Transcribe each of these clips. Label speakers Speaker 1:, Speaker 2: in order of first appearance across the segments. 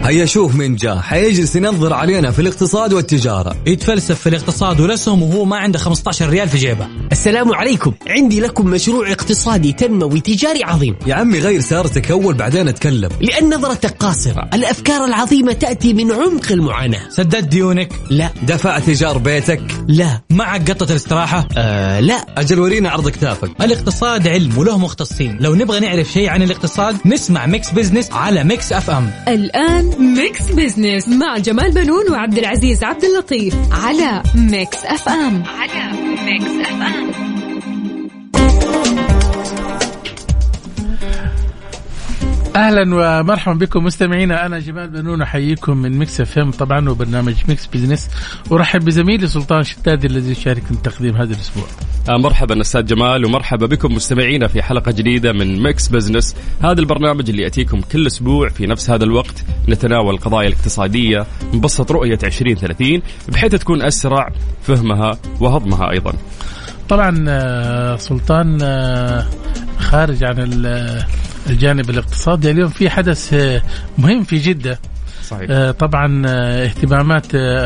Speaker 1: هيا شوف من جاء حيجلس ينظر علينا في الاقتصاد والتجارة،
Speaker 2: يتفلسف في الاقتصاد ورسم وهو ما عنده 15 ريال في جيبه.
Speaker 3: السلام عليكم، عندي لكم مشروع اقتصادي تنموي تجاري عظيم.
Speaker 1: يا عمي غير سيارتك أول بعدين أتكلم.
Speaker 3: لأن نظرتك قاصرة، الأفكار العظيمة تأتي من عمق المعاناة.
Speaker 2: سددت ديونك؟
Speaker 3: لا.
Speaker 1: دفعت إيجار بيتك؟
Speaker 3: لا.
Speaker 2: معك قطة الاستراحة؟
Speaker 3: لا.
Speaker 1: أجل ورينا عرض كتافك.
Speaker 2: الاقتصاد علم وله مختصين، لو نبغى نعرف شيء عن الاقتصاد نسمع ميكس بزنس على ميكس اف ام.
Speaker 4: الآن ميكس بزنس مع جمال بنون وعبد العزيز عبد اللطيف على ميكس اف ام.
Speaker 5: أهلا ومرحبا بكم مستمعينا، أنا جمال بنون أحييكم من ميكس اف ام طبعا وبرنامج ميكس بزنس، ورحب بزميلي سلطان شدادي الذي يشاركني تقديم هذا الأسبوع.
Speaker 6: مرحبا أستاذ جمال ومرحبا بكم مستمعينا في حلقة جديدة من ميكس بزنس، هذا البرنامج اللي يأتيكم كل أسبوع في نفس هذا الوقت، نتناول القضايا الاقتصادية، نبسط رؤية 2030 بحيث تكون أسرع فهمها وهضمها أيضا.
Speaker 5: طبعا سلطان خارج عن الجانب الاقتصادي، اليوم في حدث مهم في جدة.
Speaker 6: صحيح.
Speaker 5: طبعا اهتمامات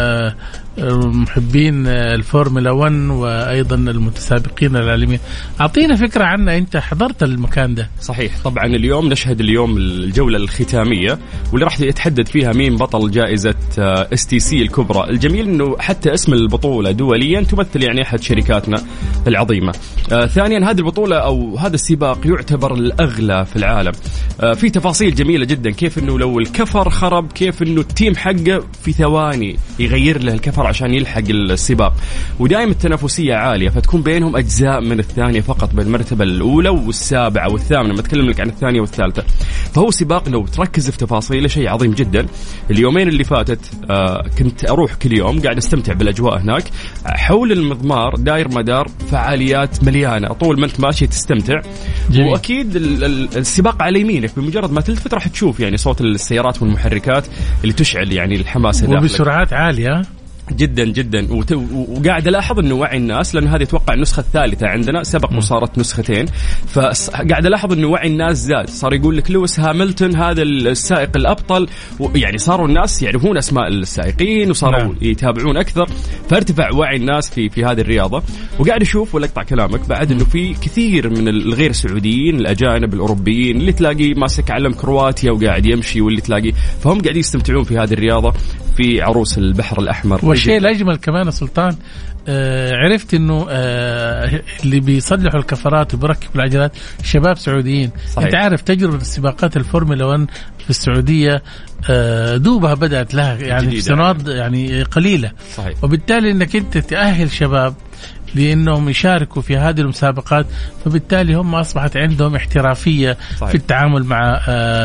Speaker 5: محبين الفورمولا 1 وأيضا المتسابقين العالميين. أعطينا فكرة عنه، أنت حضرت المكان ده.
Speaker 6: صحيح، طبعا اليوم نشهد اليوم الجولة الختامية واللي راح يتحدد فيها مين بطل جائزة STC الكبرى. الجميل أنه حتى اسم البطولة دوليا تمثل يعني أحد شركاتنا العظيمة. ثانيا هذه البطولة أو هذا السباق يعتبر الأغلى في العالم. في تفاصيل جميلة جدا، كيف أنه لو الكفر خرب كيف أنه التيم حقه في ثواني يغير له الكفر عشان يلحق السباق، ودائما التنافسية عالية، فتكون بينهم أجزاء من الثانية فقط بين المرتبة الأولى والسابعة والثامنة، ما أتكلم لك عن الثانية والثالثة. فهو سباق لو تركز في تفاصيله شيء عظيم جدا. اليومين اللي فاتت كنت أروح كل يوم قاعد أستمتع بالأجواء هناك، حول المضمار داير مدار فعاليات مليانة، طول ما أنت ماشي تستمتع. جميل. وأكيد السباق على يمينك، بمجرد ما تلتفت راح تشوف يعني صوت السيارات والمحركات اللي تشعل يعني الحماس داخلك
Speaker 5: وبسرعات عالية
Speaker 6: جدا جدا. وقاعد ألاحظ أنه وعي الناس، لأن هذه توقع النسخة الثالثة عندنا، سبق وصارت نسختين، فقاعد ألاحظ أنه وعي الناس زاد، صار يقول لك لويس هاملتون هذا السائق الأبطل، يعني صاروا الناس يعرفون أسماء السائقين وصاروا يتابعون أكثر، فارتفع وعي الناس في هذه الرياضة. وقاعد أشوف ولا أقطع كلامك بعد أنه في كثير من الغير سعوديين الأجانب الأوروبيين اللي تلاقي ماسك علم كرواتيا وقاعد يمشي، واللي تلاقي فهم قاعدين يستمتعون في هذه الرياضة في عروس البحر الأحمر.
Speaker 5: والشيء الأجمل كمان سلطان، عرفت إنه اللي بيصلحوا الكفرات وبركبوا العجلات شباب سعوديين. صحيح. أنت عارف تجربة السباقات الفورمولا 1 في السعودية دوبها بدأت لها يعني في سنوات يعني قليلة.
Speaker 6: صحيح.
Speaker 5: وبالتالي إنك أنت تأهل شباب لأنهم يشاركوا في هذه المسابقات، فبالتالي هم أصبحت عندهم احترافية. صحيح. في التعامل مع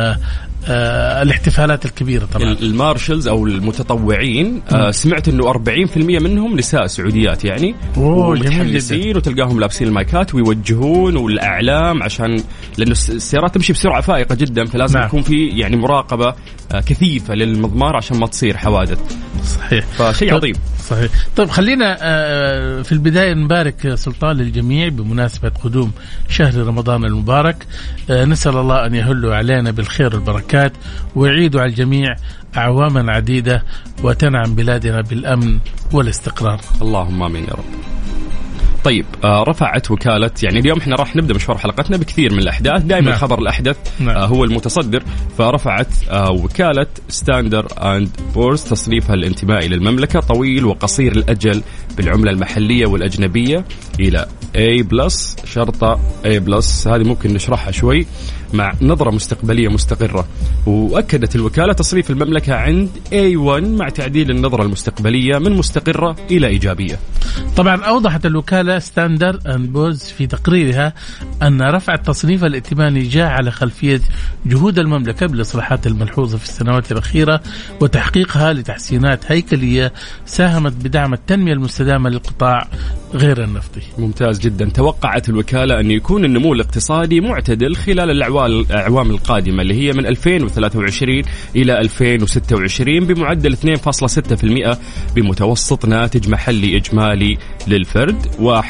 Speaker 5: الاحتفالات الكبيرة. طبعا
Speaker 6: المارشلز أو المتطوعين سمعت أنه 40% منهم نساء سعوديات يعني، ومتحمسين وتلقاهم لابسين المايكات ويوجهون والأعلام، عشان لأنه السيارات تمشي بسرعة فائقة جدا، فلازم يكون في يعني مراقبة كثيفة للمضمار عشان ما تصير حوادث.
Speaker 5: صحيح.
Speaker 6: فشيء عظيم.
Speaker 5: صحيح. طيب خلينا في البداية نبارك سلطان للجميع بمناسبة قدوم شهر رمضان المبارك. نسأل الله أن يهل علينا بالخير والبركات ويعيد على الجميع أعواما عديدة وتنعم بلادنا بالأمن والاستقرار.
Speaker 6: اللهم آمين يا رب. طيب رفعت وكالة، يعني اليوم احنا راح نبدأ مشوار حلقتنا بكثير من الأحداث، دائما الخبر الأحدث هو المتصدر. فرفعت وكالة ستاندر أند بورز تصنيفها الانتمائي للمملكة طويل وقصير الأجل بالعملة المحلية والأجنبية إلى A+ شرطة A+. هذه ممكن نشرحها شوي مع نظرة مستقبلية مستقرة. وأكدت الوكالة تصنيف المملكة عند A1 مع تعديل النظرة المستقبلية من مستقرة إلى إيجابية.
Speaker 5: طبعا أوضحت الوكالة ستاندر أند بورز في تقريرها أن رفع التصنيف الائتماني جاء على خلفية جهود المملكة بالإصلاحات الملحوظة في السنوات الأخيرة وتحقيقها لتحسينات هيكلية ساهمت بدعم التنمية المستدامة المستدامة للقطاع غير النفطي.
Speaker 6: ممتاز جدا. توقعت الوكالة أن يكون النمو الاقتصادي معتدل خلال الأعوام القادمة اللي هي من 2023 إلى 2026 بمعدل 2.6% بمتوسط ناتج محلي إجمالي للفرد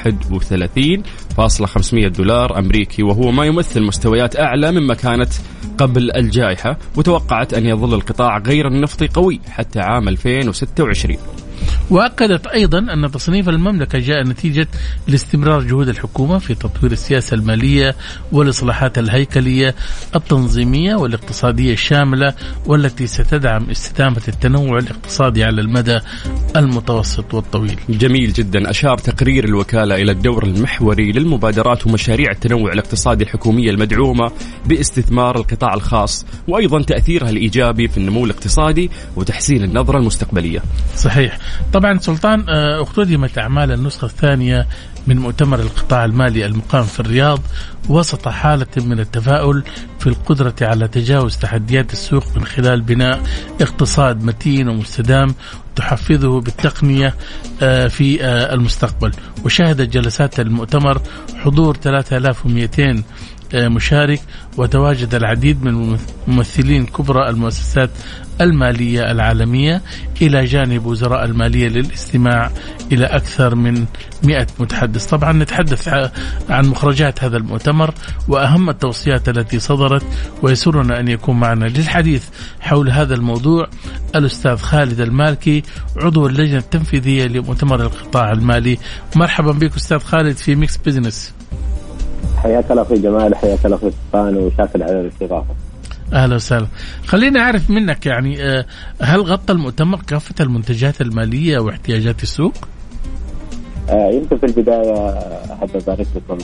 Speaker 6: 31.500 دولار أمريكي، وهو ما يمثل مستويات أعلى مما كانت قبل الجائحة. وتوقعت أن يظل القطاع غير النفطي قوي حتى عام 2026.
Speaker 5: وأكدت أيضا أن تصنيف المملكة جاء نتيجة لاستمرار جهود الحكومة في تطوير السياسة المالية والإصلاحات الهيكلية التنظيمية والاقتصادية الشاملة، والتي ستدعم استدامة التنوع الاقتصادي على المدى المتوسط والطويل.
Speaker 6: جميل جدا. أشار تقرير الوكالة إلى الدور المحوري للمبادرات ومشاريع التنوع الاقتصادي الحكومية المدعومة باستثمار القطاع الخاص، وأيضا تأثيرها الإيجابي في النمو الاقتصادي وتحسين النظرة المستقبلية.
Speaker 5: صحيح. طبعا سلطان، اختتمت أعمال النسخة الثانية من مؤتمر القطاع المالي المقام في الرياض وسط حالة من التفاؤل في القدرة على تجاوز تحديات السوق من خلال بناء اقتصاد متين ومستدام تحفزه بالتقنية في المستقبل. وشهدت جلسات المؤتمر حضور 3200 مشارك، وتواجد العديد من ممثلين كبرى المؤسسات المالية العالمية إلى جانب وزراء المالية للاستماع إلى أكثر من 100 متحدث. طبعا نتحدث عن مخرجات هذا المؤتمر وأهم التوصيات التي صدرت، ويسرنا أن يكون معنا للحديث حول هذا الموضوع الأستاذ خالد المالكي، عضو اللجنة التنفيذية لمؤتمر القطاع المالي. مرحبا بك أستاذ خالد في ميكس بيزنس.
Speaker 7: حياك الله في جمال، حياك الله في سلطان، وشاكر على الاستضافة.
Speaker 5: أهلا وسهلا. خلينا أعرف منك يعني هل غطى المؤتمر كافة المنتجات المالية واحتياجات السوق؟
Speaker 7: يمكن في البداية أحب أبارك لكم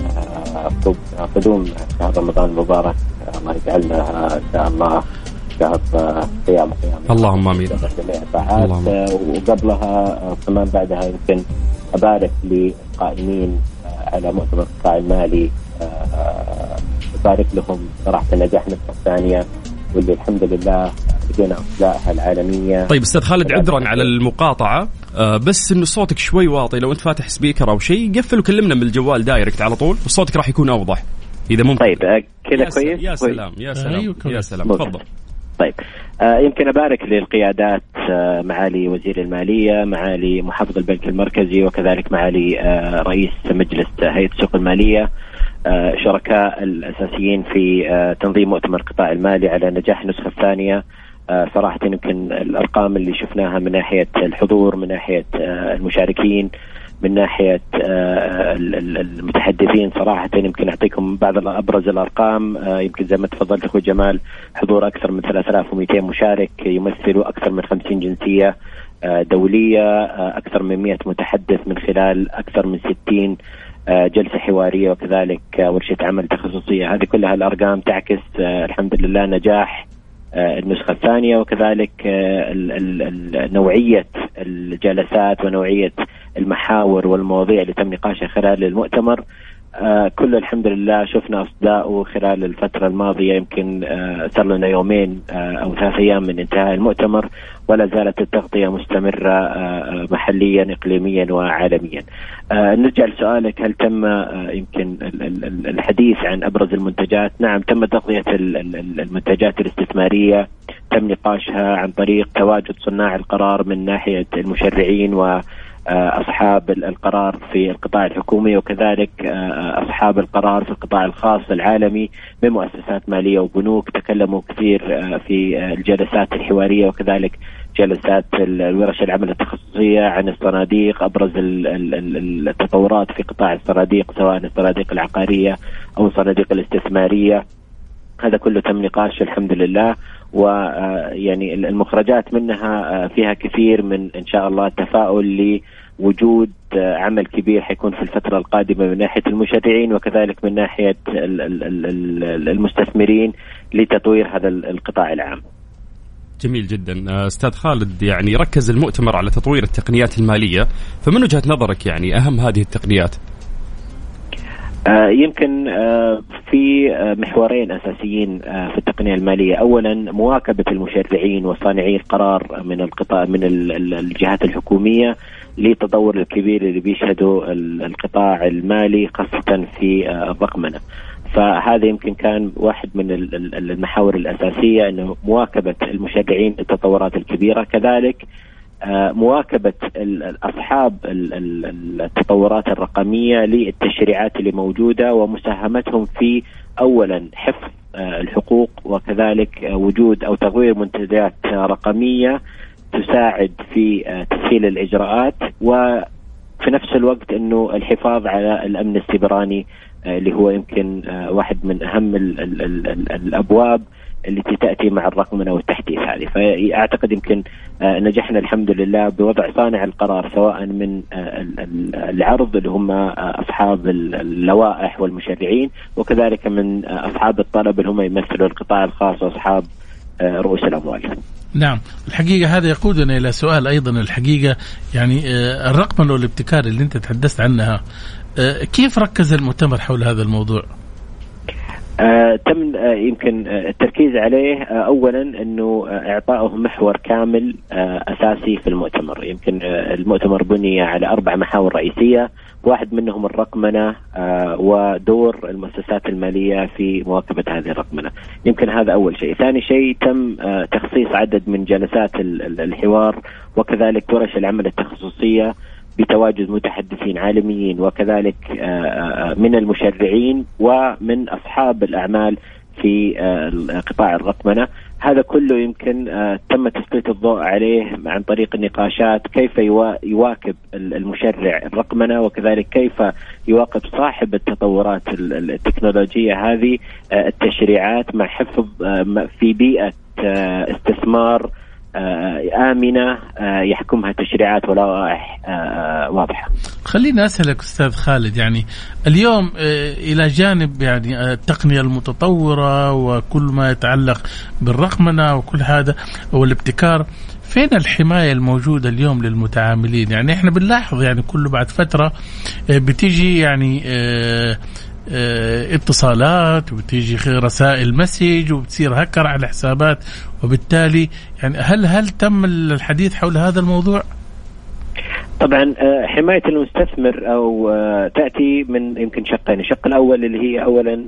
Speaker 7: بقدوم شهر رمضان المبارك. الله يجعلنا إن شاء الله شهر قيام
Speaker 6: اللهم آمين.
Speaker 7: وقبلها كمان بعدها يمكن أبارك للقائمين على مؤتمر القطاع المالي، أبارك لهم صراحة نجاح النسخة الثانية، واللي الحمد لله لقينا أصداءها العالمية.
Speaker 6: طيب أستاذ خالد، عذرا على المقاطعة، بس إنه صوتك شوي واطي، لو أنت فاتح سبيكر أو شيء قفل وكلمنا من الجوال دايركت على طول، وصوتك راح يكون أوضح إذا ممكن.
Speaker 7: طيب كذا كويس.
Speaker 6: يا سلام يا سلام يا سلام، تفضل.
Speaker 7: طيب يمكن أبارك للقيادات، معالي وزير المالية، معالي محافظ البنك المركزي، وكذلك معالي رئيس مجلس هيئة السوق المالية، شركاء الأساسيين في تنظيم مؤتمر القطاع المالي على نجاح النسخة الثانية. صراحة يمكن الأرقام اللي شفناها من ناحية الحضور، من ناحية المشاركين، من ناحية المتحدثين، صراحة يمكن أعطيكم بعض أبرز الأرقام. يمكن زي ما تفضلت أخوي جمال، حضور أكثر من 3200 مشارك يمثلوا أكثر من 50 جنسية دولية، أكثر من 100 متحدث من خلال أكثر من 60 جلسة حوارية، وكذلك ورشة عمل تخصصية. هذه كلها الأرقام تعكس الحمد لله نجاح النسخة الثانية، وكذلك نوعية الجلسات ونوعية المحاور والمواضيع اللي تم نقاشها خلال المؤتمر. كل الحمد لله شفنا أصداءه خلال الفترة الماضية. يمكن صار لنا يومين أو 3 أيام من انتهاء المؤتمر، ولا زالت التغطية مستمرة محليا إقليميا وعالميا. نرجع لسؤالك، هل تم يمكن الحديث عن أبرز المنتجات؟ نعم، تم تغطية المنتجات الاستثمارية، تم نقاشها عن طريق تواجد صناع القرار من ناحية المشرعين و أصحاب القرار في القطاع الحكومي، وكذلك أصحاب القرار في القطاع الخاص العالمي من مؤسسات مالية وبنوك. تكلموا كثير في الجلسات الحوارية، وكذلك جلسات الورش العمل التخصصية عن الصناديق، أبرز التطورات في قطاع الصناديق، سواء الصناديق العقارية أو الصناديق الاستثمارية. هذا كله تم نقاش الحمد لله، ويعني المخرجات منها فيها كثير من إن شاء الله تفاؤل لوجود عمل كبير حيكون في الفترة القادمة من ناحية المشرعين، وكذلك من ناحية المستثمرين لتطوير هذا القطاع العام.
Speaker 6: جميل جدا. أستاذ خالد، يعني ركز المؤتمر على تطوير التقنيات المالية، فمن وجهة نظرك يعني أهم هذه التقنيات؟
Speaker 7: يمكن في محورين أساسيين في التقنية المالية. أولا مواكبة المشرعين وصانعي القرار من القطاع من الجهات الحكومية للتطور الكبير اللي بيشهده القطاع المالي خاصة في الرقمنة. فهذا يمكن كان واحد من المحاور الأساسية، أنه مواكبة المشرعين التطورات الكبيرة، كذلك مواكبة أصحاب التطورات الرقمية للتشريعات اللي موجودة ومساهمتهم في أولا حفظ الحقوق، وكذلك وجود أو تطوير منتجات رقمية تساعد في تسهيل الإجراءات، وفي نفس الوقت أنه الحفاظ على الأمن السيبراني اللي هو يمكن واحد من أهم الأبواب التي تأتي مع الرقمنة والتحديث هذه. فأعتقد يمكن نجحنا الحمد لله بوضع صانع القرار، سواء من العرض اللي هم أصحاب اللوائح والمشرعين، وكذلك من أصحاب الطلب اللي هم يمثلوا القطاع الخاص وأصحاب رؤوس الأموال.
Speaker 5: نعم، الحقيقة هذا يقودنا إلى سؤال أيضا. الحقيقة يعني الرقمنة والابتكار اللي أنت تحدثت عنها، كيف ركز المؤتمر حول هذا الموضوع؟
Speaker 7: تم يمكن التركيز عليه أولا أنه إعطائه محور كامل أساسي في المؤتمر. يمكن المؤتمر بني على 4 محاور رئيسية، واحد منهم الرقمنة ودور المؤسسات المالية في مواكبة هذه الرقمنة. يمكن هذا أول شيء. ثاني شيء تم تخصيص عدد من جلسات الحوار وكذلك ورش العمل التخصصية بتواجد متحدثين عالميين وكذلك من المشرعين ومن أصحاب الأعمال في قطاع الرقمنة. هذا كله يمكن تم تسليط الضوء عليه عن طريق النقاشات، كيف يواكب المشرع الرقمنة، وكذلك كيف يواكب صاحب التطورات التكنولوجية هذه التشريعات مع حفظ في بيئة استثمار آمنة يحكمها تشريعات ولوائح واضحة.
Speaker 5: خلينا أسألك أستاذ خالد، يعني اليوم إلى جانب يعني التقنية المتطورة وكل ما يتعلق بالرقمنة وكل هذا والابتكار، فين الحماية الموجودة اليوم للمتعاملين؟ يعني إحنا بنلاحظ يعني كل بعد فترة بتيجي يعني اتصالات وبتيجي رسائل مسج وبتصير هكر على الحسابات، وبالتالي يعني هل تم الحديث حول هذا الموضوع؟
Speaker 7: طبعا حماية المستثمر أو تأتي من يمكن شقين. الشق الأول اللي هي أولا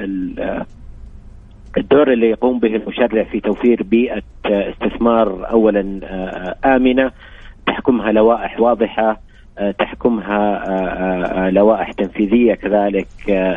Speaker 7: الدور اللي يقوم به المشرع في توفير بيئة استثمار أولا آمنة تحكمها لوائح واضحة، تحكمها لوائح تنفيذية كذلك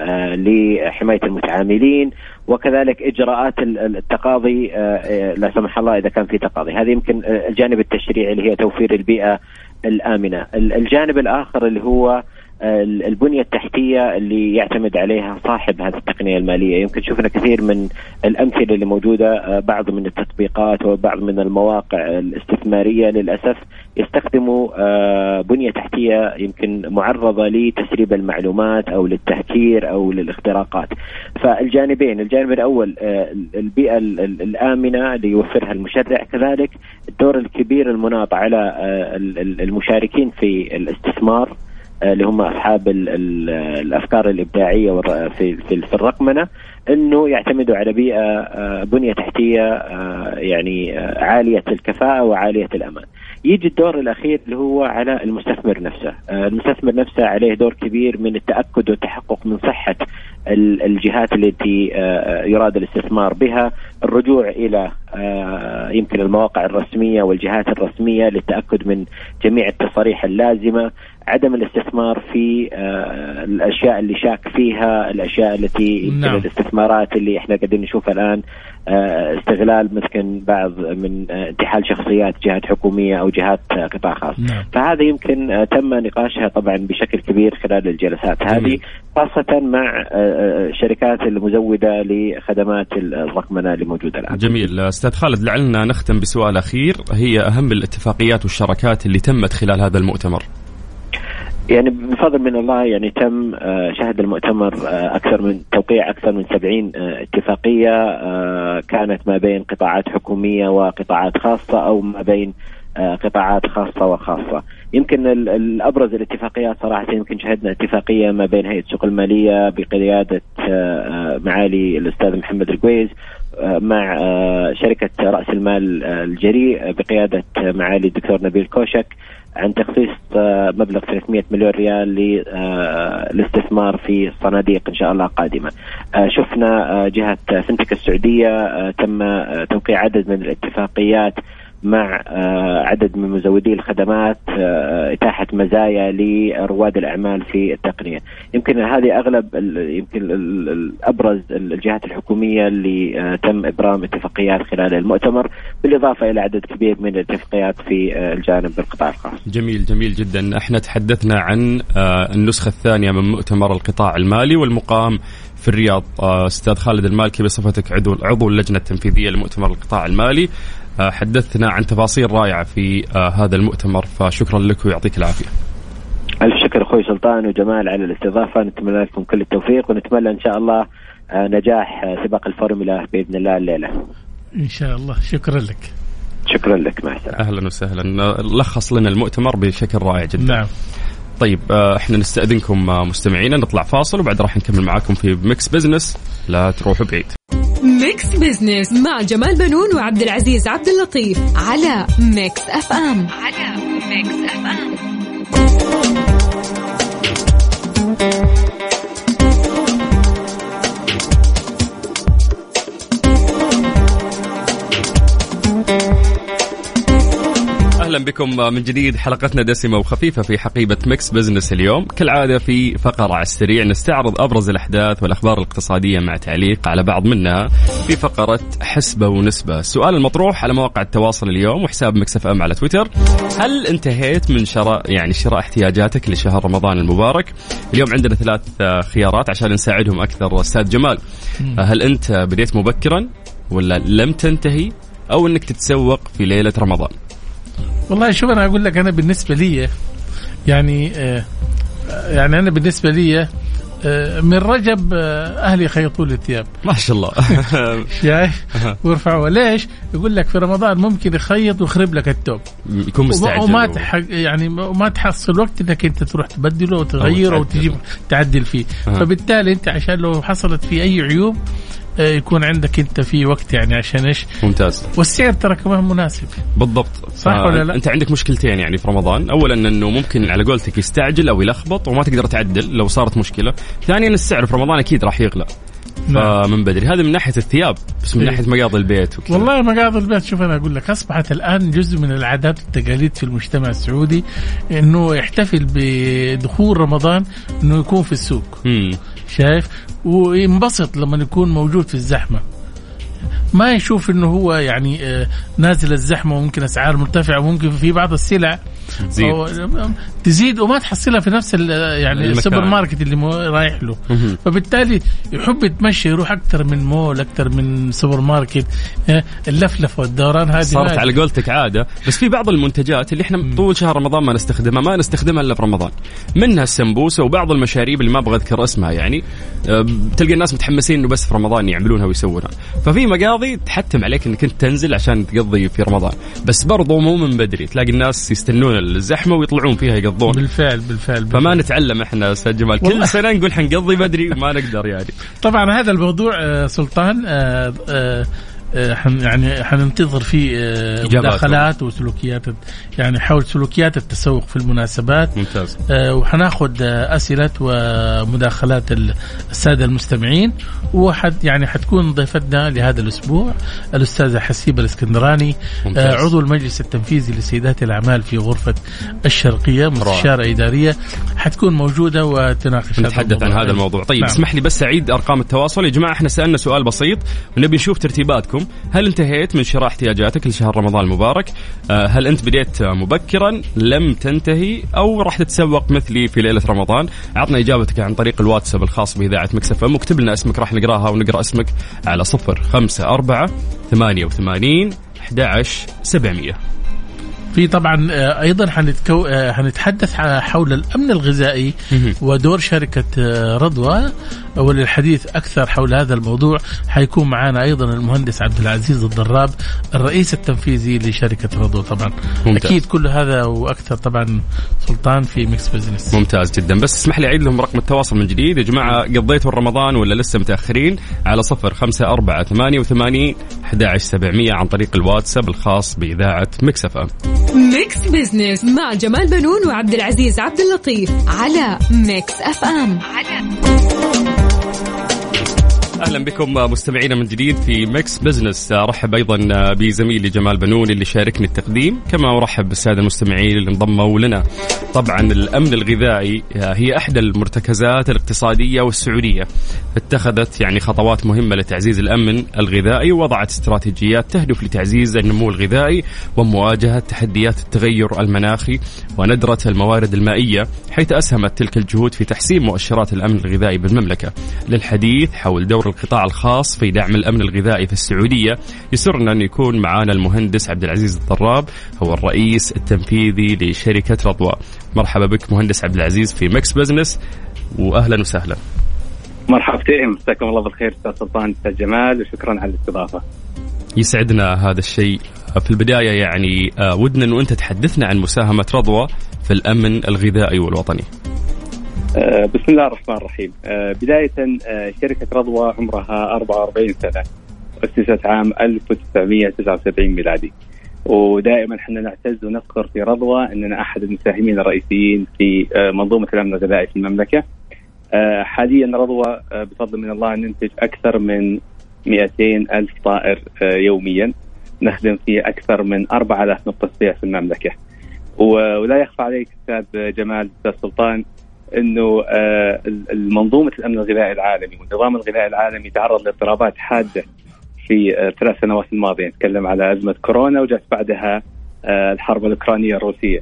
Speaker 7: لحماية المتعاملين، وكذلك إجراءات التقاضي لا سمح الله إذا كان في تقاضي. هذا يمكن الجانب التشريعي اللي هي توفير البيئة الآمنة. الجانب الآخر اللي هو البنية التحتية اللي يعتمد عليها صاحب هذه التقنية المالية. يمكن شفنا كثير من الأمثلة اللي موجودة، بعض من التطبيقات وبعض من المواقع الاستثمارية للأسف يستخدموا بنية تحتية يمكن معرضة لتسريب المعلومات أو للتهكير أو للاختراقات. فالجانبين، الجانب الأول البيئة الآمنة اللي يوفرها المشرع، كذلك الدور الكبير المناط على المشاركين في الاستثمار اللي هم أصحاب الأفكار الإبداعية في الرقمنة، أنه يعتمدوا على بيئة بنية تحتية يعني عالية الكفاءة وعالية الأمان. يجي الدور الأخير اللي هو على المستثمر نفسه. المستثمر نفسه عليه دور كبير من التأكد والتحقق من صحة الجهات التي يراد الاستثمار بها، الرجوع إلى يمكن المواقع الرسمية والجهات الرسمية للتأكد من جميع التصاريح اللازمة، عدم الاستثمار في الأشياء اللي شاك فيها، الأشياء التي يمكن الاستثمارات اللي احنا قاعدين نشوفها الآن، استغلال مثلا بعض من انتحال شخصيات جهات حكومية أو جهات قطاع خاص. فهذا يمكن تم نقاشها طبعا بشكل كبير خلال الجلسات هذه، خاصة مع الشركات المزودة لخدمات الرقمنة اللي موجودة الآن.
Speaker 6: جميل أستاذ خالد، لعلنا نختم بسؤال أخير، هي أهم الاتفاقيات والشراكات اللي تمت خلال هذا المؤتمر.
Speaker 7: يعني بفضل من الله يعني تم شهد المؤتمر توقيع أكثر من 70 اتفاقية، كانت ما بين قطاعات حكومية وقطاعات خاصة أو ما بين قطاعات خاصة وخاصة. يمكن الأبرز الاتفاقيات صراحة يمكن شهدنا اتفاقية ما بين هيئة السوق المالية بقيادة معالي الأستاذ محمد القويز مع شركة رأس المال الجريء بقيادة معالي الدكتور نبيل كوشك عن تخصيص مبلغ 300 مليون ريال للاستثمار في الصناديق إن شاء الله قادمة. شفنا جهة فنتك السعودية تم توقيع عدد من الاتفاقيات مع عدد من مزودي الخدمات، إتاحة مزايا لرواد الأعمال في التقنية. يمكن هذه أغلب يمكن الأبرز الجهات الحكومية اللي تم إبرام اتفاقيات خلال المؤتمر، بالإضافة إلى عدد كبير من الاتفاقيات في الجانب القطاع الخاص.
Speaker 6: جميل جميل جدا. احنا تحدثنا عن النسخة الثانية من مؤتمر القطاع المالي والمقام في الرياض. أستاذ خالد المالكي بصفتك عضو اللجنة التنفيذية لمؤتمر القطاع المالي حدثنا عن تفاصيل رائعة في هذا المؤتمر، فشكرا لك ويعطيك العافية.
Speaker 7: ألف شكر أخوي سلطان وجمال على الاستضافة، نتمنى لكم كل التوفيق ونتمنى إن شاء الله نجاح سباق الفورمولا بإذن الله الليلة
Speaker 5: إن شاء الله. شكرا لك.
Speaker 7: شكرا لك، مع السلامة.
Speaker 6: أهلا وسهلا. لخص لنا المؤتمر بشكل رائع جدا.
Speaker 5: نعم.
Speaker 6: طيب احنا نستأذنكم مستمعينا، نطلع فاصل وبعد راح نكمل معاكم في ميكس بزنس، لا تروحوا بعيد.
Speaker 4: ميكس بزنس مع جمال بنون وعبد العزيز عبد اللطيف على ميكس اف ام.
Speaker 6: أهلا بكم من جديد. حلقتنا دسمة وخفيفة في حقيبة ميكس بزنس اليوم. كالعادة في فقرة على السريع نستعرض أبرز الأحداث والأخبار الاقتصادية مع تعليق على بعض منها في فقرة حسبة ونسبة. السؤال المطروح على مواقع التواصل اليوم وحساب ميكس اف ام على تويتر: هل انتهيت من شراء احتياجاتك لشهر رمضان المبارك؟ اليوم عندنا 3 خيارات عشان نساعدهم أكثر. أستاذ جمال، هل أنت بديت مبكرا ولا لم تنتهي أو أنك تتسوق في ليلة رمضان؟
Speaker 5: والله شوف، أنا أقول لك أنا بالنسبة لي يعني أنا بالنسبة لي من رجب أهلي يخيطوا لي الثياب
Speaker 6: ما شاء الله.
Speaker 5: شايف وارفعوا. ليش؟ يقول لك في رمضان ممكن يخيط ويخرب لك الثوب،
Speaker 6: يكون مستعجل
Speaker 5: وما تحصل وقت انك انت تروح تبدله وتغيره وتجيب تعدل فيه. فبالتالي انت عشان لو حصلت فيه اي عيوب يكون عندك انت في وقت يعني عشان ايش.
Speaker 6: ممتاز.
Speaker 5: والسعر ترى كمان مناسب.
Speaker 6: بالضبط.
Speaker 5: صح ولا لا؟
Speaker 6: انت عندك مشكلتين يعني في رمضان. اولا انه ممكن على قولتك يستعجل او يلخبط وما تقدر تعدل لو صارت مشكله. ثانيا السعر في رمضان اكيد راح يغلى فمن بدري. هذا من ناحيه الثياب، بس من ناحيه مقاضي البيت وكذا.
Speaker 5: والله مقاضي البيت، شوف انا اقول لك اصبحت الان جزء من العادات والتقاليد في المجتمع السعودي انه يحتفل بدخول رمضان انه يكون في السوق. شايف؟ وينبسط لما يكون موجود في الزحمة، ما يشوف انه هو يعني نازل الزحمة وممكن اسعار مرتفعة وممكن في بعض السلع تزيد وما تحصلها في نفس يعني السوبر ماركت اللي رايح له. فبالتالي يحب يتمشى يروح أكتر من مول أكتر من سوبر ماركت. اللفلفة والدوران هذه
Speaker 6: صارت على قولتك عادة. بس في بعض المنتجات اللي احنا طول شهر رمضان ما نستخدمها إلا في رمضان، منها السمبوسة وبعض المشاريب اللي ما أبغى أذكر اسمها يعني. تلقى الناس متحمسين إنه بس في رمضان يعملونها ويسوونها. ففي مقاضي تحتم عليك إنك أنت تنزل عشان تقضي في رمضان، بس برضو مو من بدري. تلاقي الناس يستنون الزحمة ويطلعون فيها يقضون.
Speaker 5: بالفعل.
Speaker 6: فما نتعلم احنا أستاذ جمال كل سنة نقول حنقضي بدري وما نقدر يعني.
Speaker 5: طبعا هذا الموضوع سلطان يعني حننتظر فيه مداخلات وسلوكيات، يعني حول سلوكيات التسوق في المناسبات.
Speaker 6: ممتاز.
Speaker 5: وحناخد أسئلة ومداخلات السادة المستمعين، يعني حتكون ضيفتنا لهذا الأسبوع الأستاذة حسيبة الإسكندراني، عضو المجلس التنفيذي لسيدات الأعمال في غرفة الشرقية، مستشارة إدارية، حتكون موجودة وتناقش
Speaker 6: نتحدث عن هذا الموضوع. طيب نعم. اسمح لي بس أعيد أرقام التواصل يا جماعة. احنا سألنا سؤال بسيط ونبي نشوف ترتيباتكم. هل انتهيت من شراء احتياجاتك لشهر رمضان المبارك؟ هل أنت بديت مبكرا، لم تنتهي، أو راح تتسوق مثلي في ليلة رمضان؟ عطنا إجابتك عن طريق الواتساب الخاص بإذاعة ميكس اف ام، واكتب لنا اسمك راح نقراها ونقرأ اسمك على 054-88-11-700.
Speaker 5: في طبعا ايضا حنتحدث حول الامن الغذائي ودور شركه رضوى. وللحديث اكثر حول هذا الموضوع حيكون معنا ايضا المهندس عبد العزيز الضراب الرئيس التنفيذي لشركه رضوى. طبعا ممتاز. اكيد كل هذا واكثر طبعا سلطان في ميكس بزنس.
Speaker 6: ممتاز جدا. بس اسمح لي اعيد لهم رقم التواصل من جديد يا جماعه. قضيتوا رمضان ولا لسه متاخرين؟ على 0548811700 عن طريق الواتساب الخاص باذاعه ميكس اف ام.
Speaker 4: ميكس بزنس مع جمال بنون وعبد العزيز عبد اللطيف على ميكس اف ام.
Speaker 6: أهلا بكم مستمعينا من جديد في ميكس بزنس. أرحب أيضا بزميلي جمال بنون اللي شاركني التقديم، كما أرحب بالسادة المستمعين اللي انضموا لنا. طبعا الأمن الغذائي هي أحدى المرتكزات الاقتصادية والسعودية، اتخذت يعني خطوات مهمة لتعزيز الأمن الغذائي، ووضعت استراتيجيات تهدف لتعزيز النمو الغذائي ومواجهة تحديات التغير المناخي وندرة الموارد المائية، حيث أسهمت تلك الجهود في تحسين مؤشرات الأمن الغذائي بالمملكة. للحديث حول دور القطاع الخاص في دعم الأمن الغذائي في السعودية يسرنا أن يكون معنا المهندس عبد العزيز الضراب، هو الرئيس التنفيذي لشركة رضوى. مرحبا بك مهندس عبد العزيز في ميكس بزنس، وأهلا وسهلا.
Speaker 8: مرحبتين، مساكم الله بالخير أستاذ سلطان، أستاذ جمال، وشكرا على الاستضافة.
Speaker 6: يسعدنا هذا الشيء. في البداية يعني ودنا أنه أنت تحدثنا عن مساهمة رضوى في الأمن الغذائي والوطني.
Speaker 8: بسم الله الرحمن الرحيم. بداية شركة رضوى عمرها 44 سنة، أسست عام 1979 ميلادي، ودائما احنا نعتز ونفخر في رضوى أننا أحد المساهمين الرئيسيين في منظومة الأمن الغذائي في المملكة. حاليا رضوى بفضل من الله ننتج أكثر من 200,000 طائر يوميا، نخدم في أكثر من 4,000 نقطة بيع في المملكة. ولا يخفى عليك أستاذ جمال، أستاذ سلطان، انه المنظومه الامن الغذائي العالمي والنظام الغذائي العالمي تعرض لاضطرابات حاده في 3 سنوات الماضيه. نتكلم على ازمه كورونا، وجاءت بعدها الحرب الاوكرانيه الروسيه.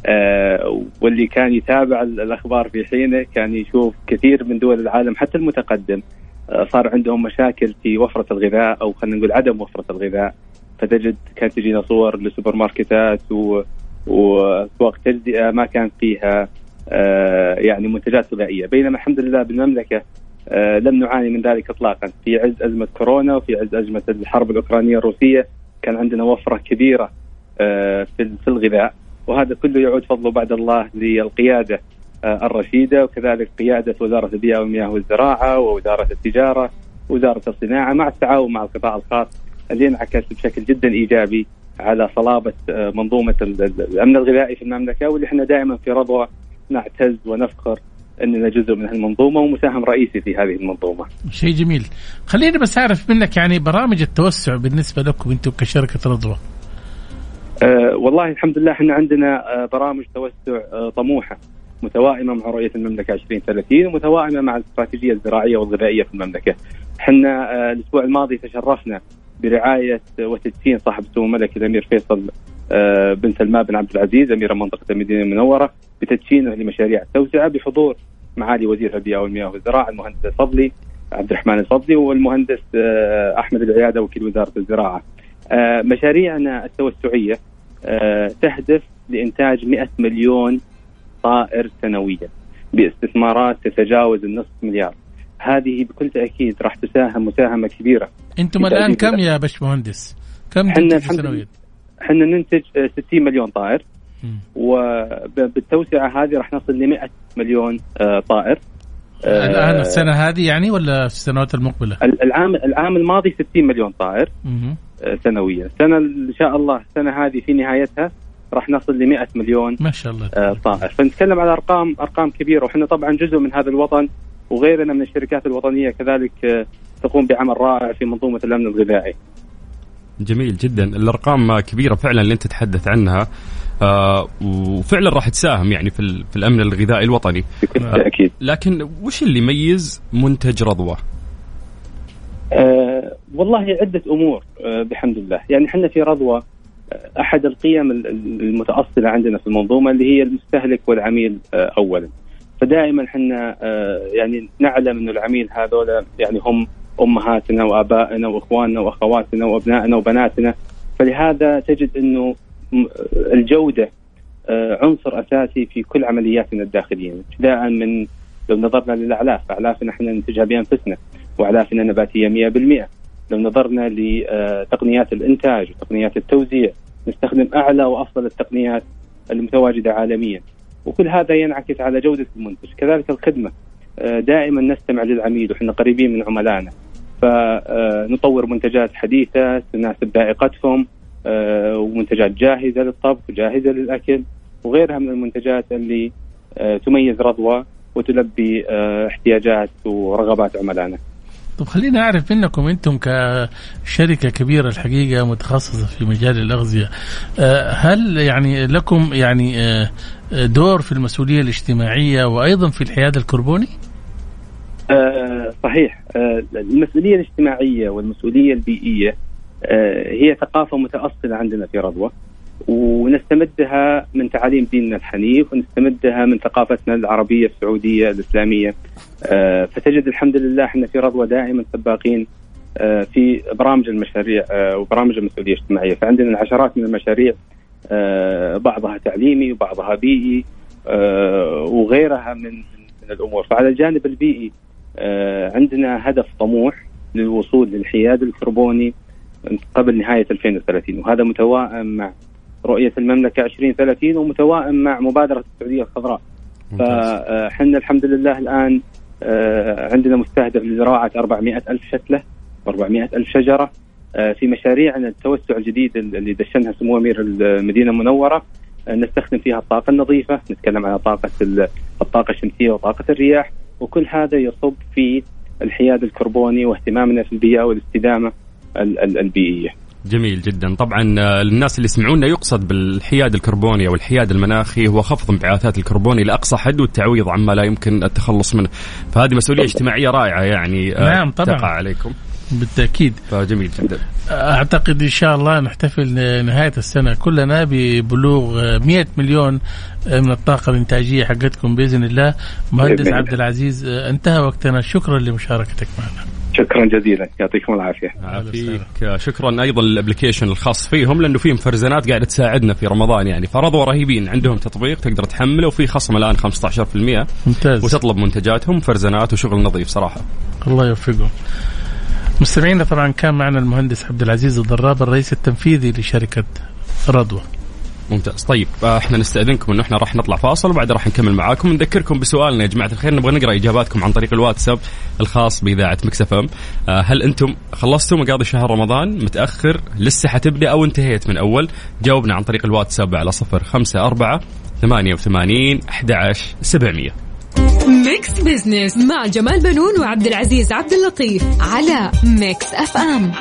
Speaker 8: واللي كان يتابع الاخبار في حينه كان يشوف كثير من دول العالم حتى المتقدم صار عندهم مشاكل في وفره الغذاء، او خلينا نقول عدم وفره الغذاء. فتجد كانت تجينا صور لسوبر ماركتات واسواق تجزئه ما كان فيها يعني منتجات غذائية، بينما الحمد لله بالمملكة لم نعاني من ذلك إطلاقا. في عز أزمة كورونا وفي عز أزمة الحرب الأوكرانية الروسية كان عندنا وفرة كبيرة في الغذاء، وهذا كله يعود فضله بعد الله للقيادة الرشيدة، وكذلك قيادة وزارة البيئة والمياه والزراعة ووزارة التجارة ووزارة الصناعة، مع التعاون مع القطاع الخاص اللي انعكس بشكل جدا إيجابي على صلابة منظومة الأمن الغذائي في المملكة، واللي احنا دائما في رضوى نعتز ونفخر أننا جزء من هالمنظومة ومساهم رئيسي في هذه المنظومة.
Speaker 5: شيء جميل. خليني بس أعرف منك يعني برامج التوسع بالنسبة لكم أنتم كشركة رضوى.
Speaker 8: والله الحمد لله احنا عندنا برامج توسع طموحة متوائمة مع رؤية المملكة 2030 ومتوائمة مع الاستراتيجية الزراعية والغذائية في المملكة. احنا الأسبوع الماضي تشرفنا برعاية وتدشين صاحب السمو الملكي الأمير فيصل بن سلمان بن عبد العزيز أمير منطقة المدينة المنورة بتدشينه لمشاريع التوسعة بحضور معالي وزير البيئة والمياه والزراعة المهندس الفضلي عبد الرحمن الفضلي والمهندس أحمد العيادة وكيل وزارة الزراعة. مشاريعنا التوسعية تهدف لإنتاج 100 مليون طائر سنويا باستثمارات تتجاوز $500 مليار. هذه بكل تأكيد راح تساهم مساهمة كبيرة.
Speaker 5: أنتم الآن كم يا باشمهندس؟ كم تنتج سنويا؟
Speaker 8: احنا ننتج 60 مليون طائر، وبالتوسعة هذه راح نصل ل 100 مليون طائر.
Speaker 5: الآن السنة هذه يعني ولا في السنوات المقبلة؟
Speaker 8: العام الماضي 60 مليون طائر سنويا. السنة إن شاء الله السنة هذه في نهايتها راح نصل ل 100 مليون
Speaker 5: ما شاء الله
Speaker 8: طائر. فنتكلم على أرقام كبيرة، وإحنا طبعا جزء من هذا الوطن، وغيرنا من الشركات الوطنية كذلك تقوم بعمل رائع في منظومة الأمن الغذائي.
Speaker 6: جميل جدا. الأرقام كبيرة فعلا اللي أنت تتحدث عنها، وفعلا راح تساهم يعني في الأمن الغذائي الوطني
Speaker 8: أكيد.
Speaker 6: لكن وش اللي يميز منتج رضوى؟
Speaker 8: والله عدة أمور بحمد الله. يعني احنا في رضوى أحد القيم المتأصلة عندنا في المنظومة اللي هي المستهلك والعميل أولا. فدائما احنا يعني نعلم إنه العميل هذول يعني هم أمهاتنا وآبائنا وإخواننا وأخواتنا وأبنائنا وبناتنا، فلهذا تجد إنه الجودة عنصر أساسي في كل عملياتنا الداخلية، ابتداء من لو نظرنا للأعلاف، أعلافنا احنا ننتجها بأنفسنا وأعلافنا نباتية 100%. لو نظرنا لتقنيات الإنتاج وتقنيات التوزيع نستخدم أعلى وأفضل التقنيات المتواجدة عالميا، وكل هذا ينعكس على جودة المنتج. كذلك الخدمة، دائما نستمع للعميل وحنا قريبين من عملائنا، فنطور منتجات حديثة تناسب ذائقتهم، ومنتجات جاهزة للطبخ وجاهزة للأكل وغيرها من المنتجات اللي تميز رضوى وتلبي احتياجات ورغبات عملائنا.
Speaker 5: طب خلينا أعرف منكم أنتم كشركة كبيرة الحقيقة متخصصة في مجال الأغذية، هل يعني لكم يعني دور في المسؤولية الاجتماعية وأيضا في الحياد الكربوني؟
Speaker 8: صحيح. المسؤولية الاجتماعية والمسؤولية البيئية هي ثقافة متأصلة عندنا في رضوى، ونستمدها من تعاليم ديننا الحنيف، ونستمدها من ثقافتنا العربية السعودية الإسلامية. فتجد الحمد لله احنا في رضوى دائما سباقين في برامج المشاريع وبرامج المسؤولية الاجتماعية. فعندنا العشرات من المشاريع، بعضها تعليمي وبعضها بيئي وغيرها من الأمور. فعلى الجانب البيئي عندنا هدف طموح للوصول للحياد الكربوني قبل نهاية 2030، وهذا متوائم مع رؤية المملكة 2030 ومتوائم مع مبادرة السعودية الخضراء. فحنا الحمد لله الآن عندنا مستهدف لزراعة 400,000 شتلة و400,000 شجرة في مشاريعنا التوسع الجديد اللي دشنها سمو أمير المدينة المنورة. نستخدم فيها الطاقة النظيفة، نتكلم عن الطاقة الشمسية وطاقة الرياح، وكل هذا يصب في الحياد الكربوني واهتمامنا في البيئة والاستدامة البيئية.
Speaker 6: جميل جدا. طبعا الناس اللي يسمعونا يقصد بالحياد الكربوني أو الحياد المناخي هو خفض انبعاثات الكربون إلى أقصى حد والتعويض عما لا يمكن التخلص منه. فهذه مسؤولية اجتماعية رائعة يعني
Speaker 5: نعم طبعا
Speaker 6: تقع عليكم
Speaker 5: بالتأكيد.
Speaker 6: فجميل جدا.
Speaker 5: أعتقد إن شاء الله نحتفل نهاية السنة كلنا ببلوغ 100 مليون من الطاقة الإنتاجية حقتكم بإذن الله. مهندس عبد العزيز، انتهى وقتنا، شكرا لمشاركتك معنا.
Speaker 8: شكرا جزيلا، يعطيكم العافية.
Speaker 6: عافيك. شكرا أيضا الابليكيشن الخاص فيهم لأنه فيه مفرزنات قاعدة تساعدنا في رمضان يعني. فرضوا رهيبين، عندهم تطبيق تقدر تحمله وفي خصم الآن 15%.
Speaker 5: ممتاز.
Speaker 6: وتطلب منتجاتهم مفرزنات وشغل نظيف صراحة.
Speaker 5: الله يوفقهم. مستمعينا طبعا كان معنا المهندس عبد العزيز الضراب الرئيس التنفيذي لشركة رضوى.
Speaker 6: ممتاز. طيب احنا نستأذنكم انه احنا راح نطلع فاصل وبعد راح نكمل معاكم. نذكركم بسؤالنا يا جماعة الخير، نبغى نقرأ اجاباتكم عن طريق الواتساب الخاص بإذاعة ميكس اف ام. هل انتم خلصتوا مقاضي شهر رمضان، متأخر، لسه حتبدأ او انتهيت من اول؟ جاوبنا عن طريق الواتساب على 0548811700.
Speaker 4: ميكس بزنس مع جمال بنون وعبد العزيز عبد اللطيف على ميكس اف ام.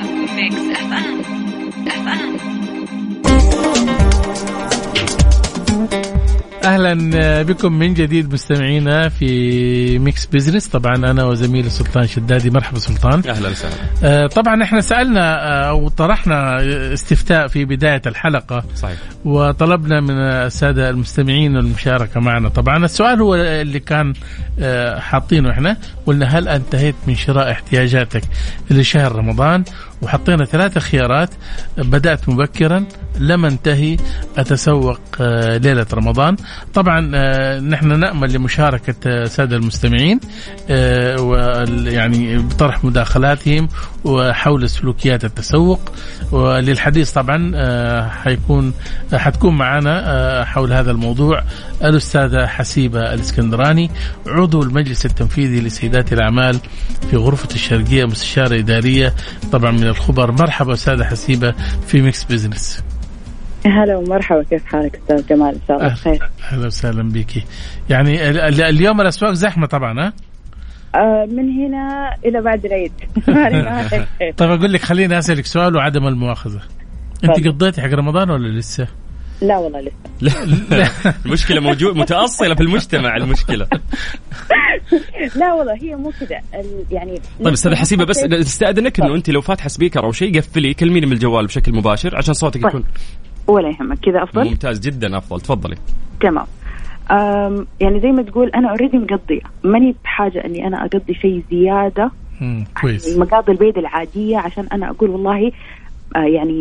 Speaker 5: أهلا بكم من جديد مستمعينا في ميكس بيزنس. طبعا أنا وزميلي سلطان شدادي. مرحبا سلطان.
Speaker 6: أهلا وسهلا.
Speaker 5: طبعا احنا سألنا أو طرحنا استفتاء في بداية الحلقة.
Speaker 6: صحيح.
Speaker 5: وطلبنا من السادة المستمعين المشاركة معنا. طبعا السؤال هو اللي كان حاطينه احنا، قلنا هل انتهيت من شراء احتياجاتك لشهر رمضان؟ وحطينا 3 خيارات: بدأت مبكرا، لم انتهي، أتسوق ليلة رمضان. طبعا نحن نأمل لمشاركة سادة المستمعين ويعني بطرح مداخلاتهم وحول سلوكيات التسوق. وللحديث طبعا حتكون معنا حول هذا الموضوع الأستاذة حسيبة الإسكندراني، عضو المجلس التنفيذي لسيدات الأعمال في غرفة الشرقية، مستشارة إدارية طبعا من الخبر. مرحبا أستاذة حسيبة في ميكس بيزنس.
Speaker 9: هلا ومرحبا، كيف حالك أستاذ جمال؟ إن شاء الله بخير.
Speaker 5: أهلا وسهلا بك. يعني اليوم الأسواق زحمة طبعا ها؟
Speaker 9: من هنا إلى بعد العيد.
Speaker 5: طيب أقول لك، خليني أسألك سؤال وعدم المؤاخذة، أنت قضيتي حق رمضان ولا لسه؟
Speaker 9: لا والله لسه.
Speaker 6: لا. المشكلة موجود متأصلة في المجتمع المشكلة.
Speaker 9: لا والله هي مو كذا يعني.
Speaker 6: طيب أستاذة حسيبة، بس استأذنك إنه أنت لو فاتحة سبيكر أو شيء قفلي، كلميني من الجوال بشكل مباشر عشان صوتك يكون.
Speaker 9: ولا يهمك، كذا أفضل.
Speaker 6: ممتاز جدا، أفضل. تفضلي.
Speaker 9: تمام. يعني زي ما تقول أنا أوريدي مقضية، ماني بحاجة أني أنا أقضي شيء زيادة.
Speaker 5: كويس.
Speaker 9: مقاضي البيض العادية عشان أنا أقول والله يعني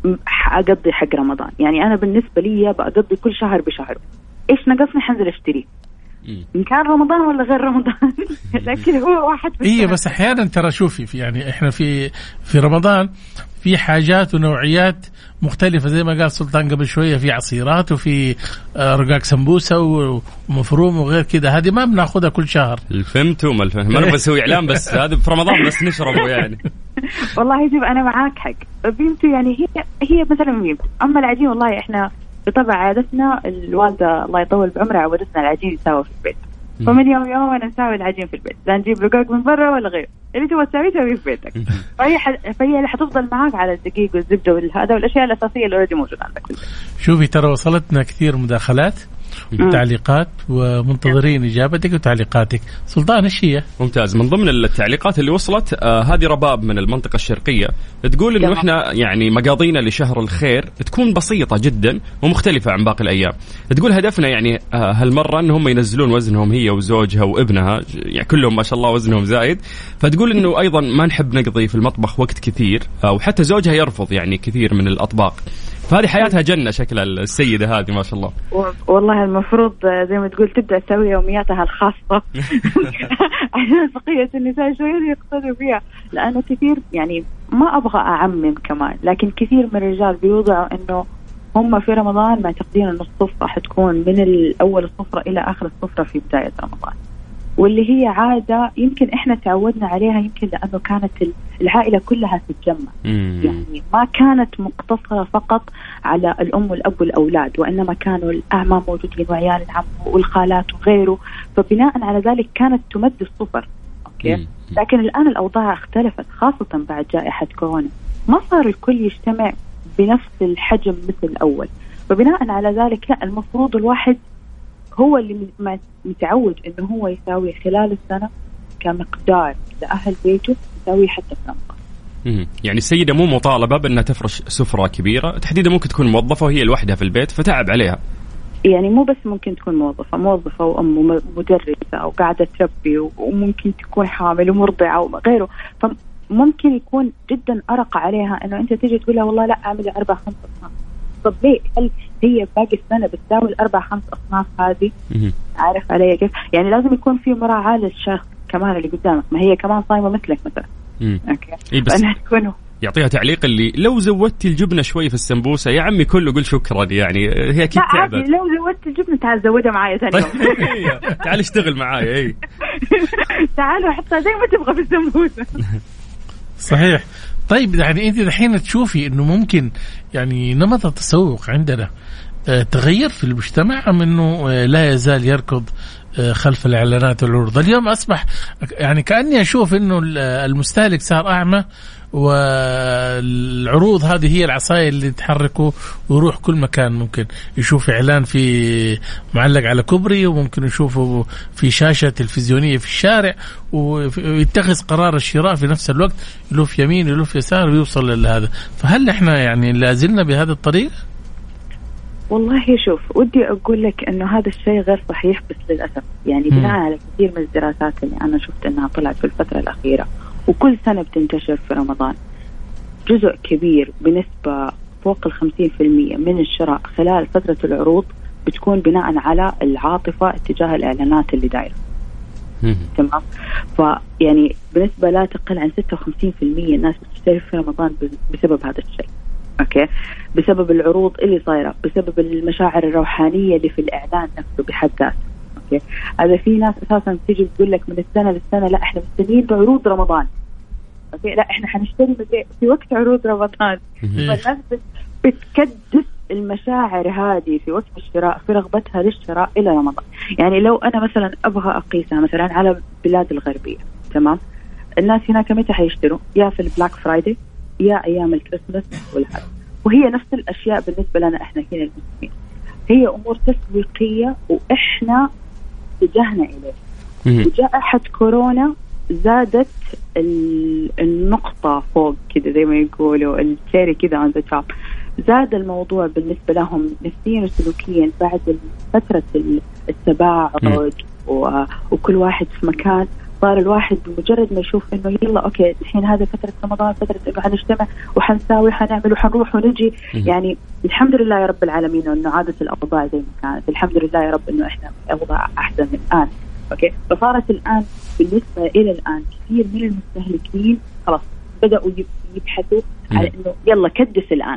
Speaker 9: أقضي حق رمضان. يعني أنا بالنسبة لي بقضي كل شهر بشهر، إيش نقصني حنزل أشتري إن كان رمضان ولا غير رمضان. لكن هو واحد
Speaker 5: بس أحيانا ترى شوفي يعني إحنا في رمضان في حاجات ونوعيات مختلفة زي ما قال سلطان قبل شوية، في عصيرات وفي رقاق سمبوسة ومفروم وغير كده، هذه ما بناخذها كل شهر.
Speaker 6: الفهمتوا ما الفهم، أنا بسوي إعلان بس هذا في رمضان بس نشربه يعني.
Speaker 9: والله شوف أنا معاك حق بنتو، يعني هي مثلا بنتو. أما العجين والله إحنا بطبع عادتنا الوالدة الله يطول بعمرها عودتنا العجين يساوي في البيت، فمن يوم أنا نساوي العجين في البيت، لا نجيب رقاق من برا ولا غير، اللي تبغى تسويه في بيتك. فهي اللي حتفضل معاك على الدقيق والزبدة والهذا والأشياء الأساسية اللي أوريدي موجودة عندك.
Speaker 5: شوفي ترى وصلتنا كثير مداخلات وتعليقات ومنتظرين إجابتك وتعليقاتك. سلطان إيش هي؟
Speaker 6: ممتاز. من ضمن التعليقات اللي وصلت هذه رباب من المنطقة الشرقية تقول إنه إحنا يعني مقاضينا لشهر الخير تكون بسيطة جدا ومختلفة عن باقي الأيام. تقول هدفنا يعني هالمرة إن هم ينزلون وزنهم هي وزوجها وابنها، يعني كلهم ما شاء الله وزنهم زايد. فتقول إنه أيضا ما نحب نقضي في المطبخ وقت كثير، وحتى زوجها يرفض يعني كثير من الأطباق. فهذه حياتها جنة شكلها السيدة هذه ما شاء الله.
Speaker 9: والله المفروض زي ما تقول تبدأ تسوي يومياتها الخاصة عشان بقية النساء شوية يقتدوا فيها، لأنه كثير يعني ما أبغى أعمم كمان، لكن كثير من الرجال بيوضعوا إنه هم في رمضان معتقدين إنه الصفرة حتكون من أول الصفرة إلى آخر الصفرة في بداية رمضان، واللي هي عادة يمكن إحنا تعودنا عليها، يمكن لأنه كانت العائلة كلها تتجمع. يعني ما كانت مقتصرة فقط على الأم والأب والأولاد، وإنما كانوا الأعمام موجودين وعيال العم والخالات وغيره، فبناء على ذلك كانت تمد الصفر. أوكي. لكن الآن الأوضاع اختلفت، خاصة بعد جائحة كورونا، ما صار الكل يجتمع بنفس الحجم مثل الأول، فبناء على ذلك لا، المفروض الواحد هو اللي متعود إنه هو يساوي خلال السنة كمقدار لأهل بيته يساوي حتى في رمضان.
Speaker 6: يعني السيدة مو مطالبة بأنها تفرش سفرة كبيرة، تحديدا ممكن تكون موظفة وهي لوحدها في البيت فتعب عليها.
Speaker 9: يعني مو بس ممكن تكون موظفة وأم ومدرسة أو قاعدة تربي، وممكن تكون حامل ومرضعة وغيره، فممكن يكون جدا أرق عليها إنه أنت تيجي تقول لها والله لا أعمل 4-5 أصناف. طب ليه؟ هل هي باقي السنة بتساوي 4-5 أصناف هذه؟ عارف علي كيف؟ يعني لازم يكون في مراعاة للشخص كمان اللي قدامك، ما هي كمان صايمة مثلك مثلا.
Speaker 6: أوكي. إيه بس يعطيها تعليق اللي لو زودتي الجبنة شوي في السمبوسة يا عمي كله قل شكرا، يعني هي أكيد تعبت.
Speaker 9: لو زودت الجبنة تعال زودها معايا ثاني يوم.
Speaker 6: تعال اشتغل معايا. إيه
Speaker 9: تعالوا حتى زي ما تبغى في السمبوسة.
Speaker 5: صحيح. طيب يعني أنت الحين تشوفي إنه ممكن يعني نمط التسوق عندنا تغير في المجتمع، أم إنه لا يزال يركض خلف الإعلانات والعروض؟ اليوم أصبح يعني كأني أشوف إنه المستهلك صار أعمى، والعروض هذه هي العصاية اللي تحركه ويروح كل مكان. ممكن يشوف إعلان في معلق على كوبري، وممكن يشوفه في شاشة تلفزيونية في الشارع، ويتخذ قرار الشراء في نفس الوقت، يلف يمين يلف يسار ويوصل لهذا. فهل إحنا يعني لازلنا بهذا الطريق؟
Speaker 9: والله شوف، ودي أقول لك إنه هذا الشيء غير صحيح، بس للأسف يعني بناء على كثير من الدراسات اللي أنا شفت إنها طلعت في الفترة الأخيرة وكل سنة بتنتشر في رمضان، جزء كبير بنسبة فوق 50% من الشراء خلال فترة العروض بتكون بناء على العاطفة اتجاه الإعلانات اللي دايرة. تمام. فيعني بنسبة لا تقل عن 56% الناس بتشتري في رمضان بسبب هذا الشيء. أوكي. بسبب العروض اللي صايرة، بسبب المشاعر الروحانية اللي في الإعلان نفسه بحد ذاته. أوكي. هذا في ناس أساسا تيجي تقول لك من السنة للسنة لا إحنا مستنيين بعروض رمضان. أوكي. لا إحنا حنشتري في وقت عروض رمضان. فالناس بتكدس المشاعر هذه في وقت الشراء، في رغبتها للشراء إلى رمضان. يعني لو أنا مثلا أبغى أقيسها مثلا على البلاد الغربية، تمام، الناس هناك متى حيشتروا؟ يا في البلاك فرايدي يا أيام الكريسماس والهذا، وهي نفس الأشياء بالنسبة لنا إحنا هنا المسلمين، هي أمور تسويقية وإحنا اتجهنا إليه. وجائحة كورونا زادت النقطة فوق كده زي ما يقولوا الشيري كده عند التوب، زاد الموضوع بالنسبة لهم نفسيا وسلوكيا بعد فترة التباعد وكل واحد في مكان. صار الواحد بمجرد ما يشوف إنه يلا أوكي الحين هذا فترة رمضان، فترة إنه حنجتمع وحنساوي حنعمل وحنروح ونجي. يعني الحمد لله يا رب العالمين إنه عادت الأوضاع زي ما كانت، الحمد لله يا رب إنه إحنا أوضاع أحسن من الآن. أوكي، فصارت الآن بالنسبة إلى الآن كثير من المستهلكين خلاص بدأوا يبحثوا على إنه يلا كدس الآن.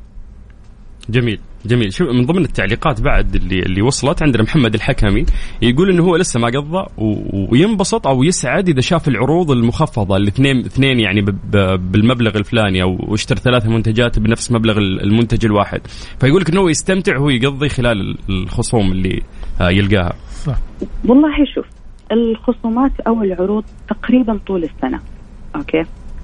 Speaker 6: جميل جميل. شوف من ضمن التعليقات بعد اللي وصلت عندنا محمد الحكمي يقول انه هو لسه ما قضى وينبسط او يسعد اذا شاف العروض المخفضه الاثنين يعني بالمبلغ الفلاني او اشترى 3 منتجات بنفس مبلغ المنتج الواحد، فيقول لك انه يستمتع وهو يقضي خلال الخصوم اللي يلقاها.
Speaker 9: صح. والله شوف الخصومات او العروض تقريبا طول السنه. اوكي،